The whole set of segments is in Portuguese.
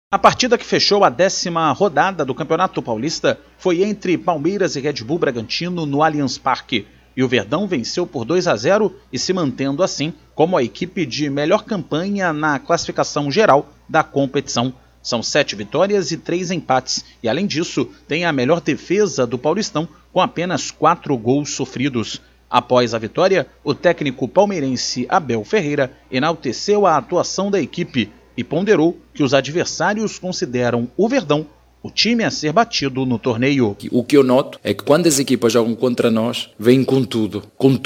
A partida que fechou a 10ª rodada do Campeonato Paulista foi entre Palmeiras e Red Bull Bragantino no Allianz Parque. E o Verdão venceu por 2-0 e se mantendo assim como a equipe de melhor campanha na classificação geral da competição. São 7 vitórias e 3 empates, e além disso tem a melhor defesa do Paulistão com apenas 4 gols sofridos. Após a vitória, o técnico palmeirense Abel Ferreira enalteceu a atuação da equipe e ponderou que os adversários consideram o Verdão o time a ser batido no torneio. O que eu noto é que quando as equipas jogam contra nós, vêm com tudo,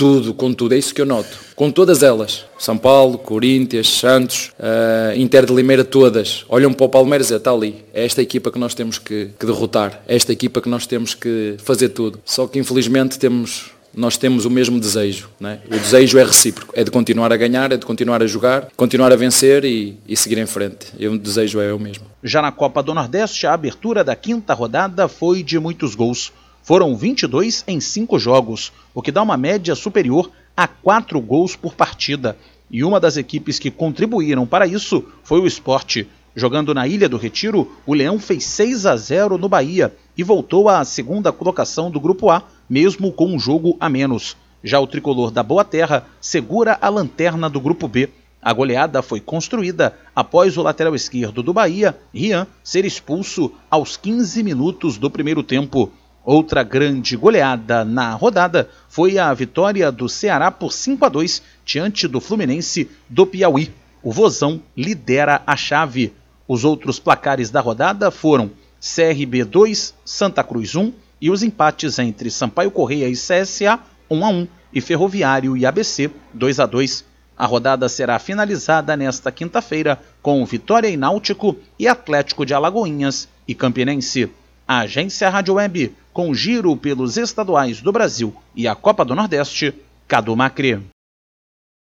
é isso que eu noto. Com todas elas, São Paulo, Corinthians, Santos, Inter de Limeira, todas, olham para o Palmeiras e está ali. É esta equipa que nós temos que derrotar, é esta equipa que nós temos que fazer tudo. Só que infelizmente nós temos o mesmo desejo, né? O desejo é recíproco, é de continuar a ganhar, é de continuar a jogar, continuar a vencer e seguir em frente. O desejo é o mesmo. Já na Copa do Nordeste, a abertura da 5ª rodada foi de muitos gols. Foram 22 em 5 jogos, o que dá uma média superior a 4 gols por partida. E uma das equipes que contribuíram para isso foi o Sport. Jogando na Ilha do Retiro, o Leão fez 6-0 no Bahia e voltou à 2ª colocação do Grupo A, mesmo com um jogo a menos. Já o tricolor da Boa Terra segura a lanterna do Grupo B. A goleada foi construída após o lateral esquerdo do Bahia, Rian, ser expulso aos 15 minutos do primeiro tempo. Outra grande goleada na rodada foi a vitória do Ceará por 5-2 diante do Fluminense do Piauí. O Vozão lidera a chave. Os outros placares da rodada foram CRB 2, Santa Cruz 1 e os empates entre Sampaio Corrêa e CSA 1-1 e Ferroviário e ABC 2-2. A rodada será finalizada nesta quinta-feira com Vitória e Náutico e Atlético de Alagoinhas e Campinense. A Agência Rádio Web, com giro pelos estaduais do Brasil e a Copa do Nordeste, Cadu Macri.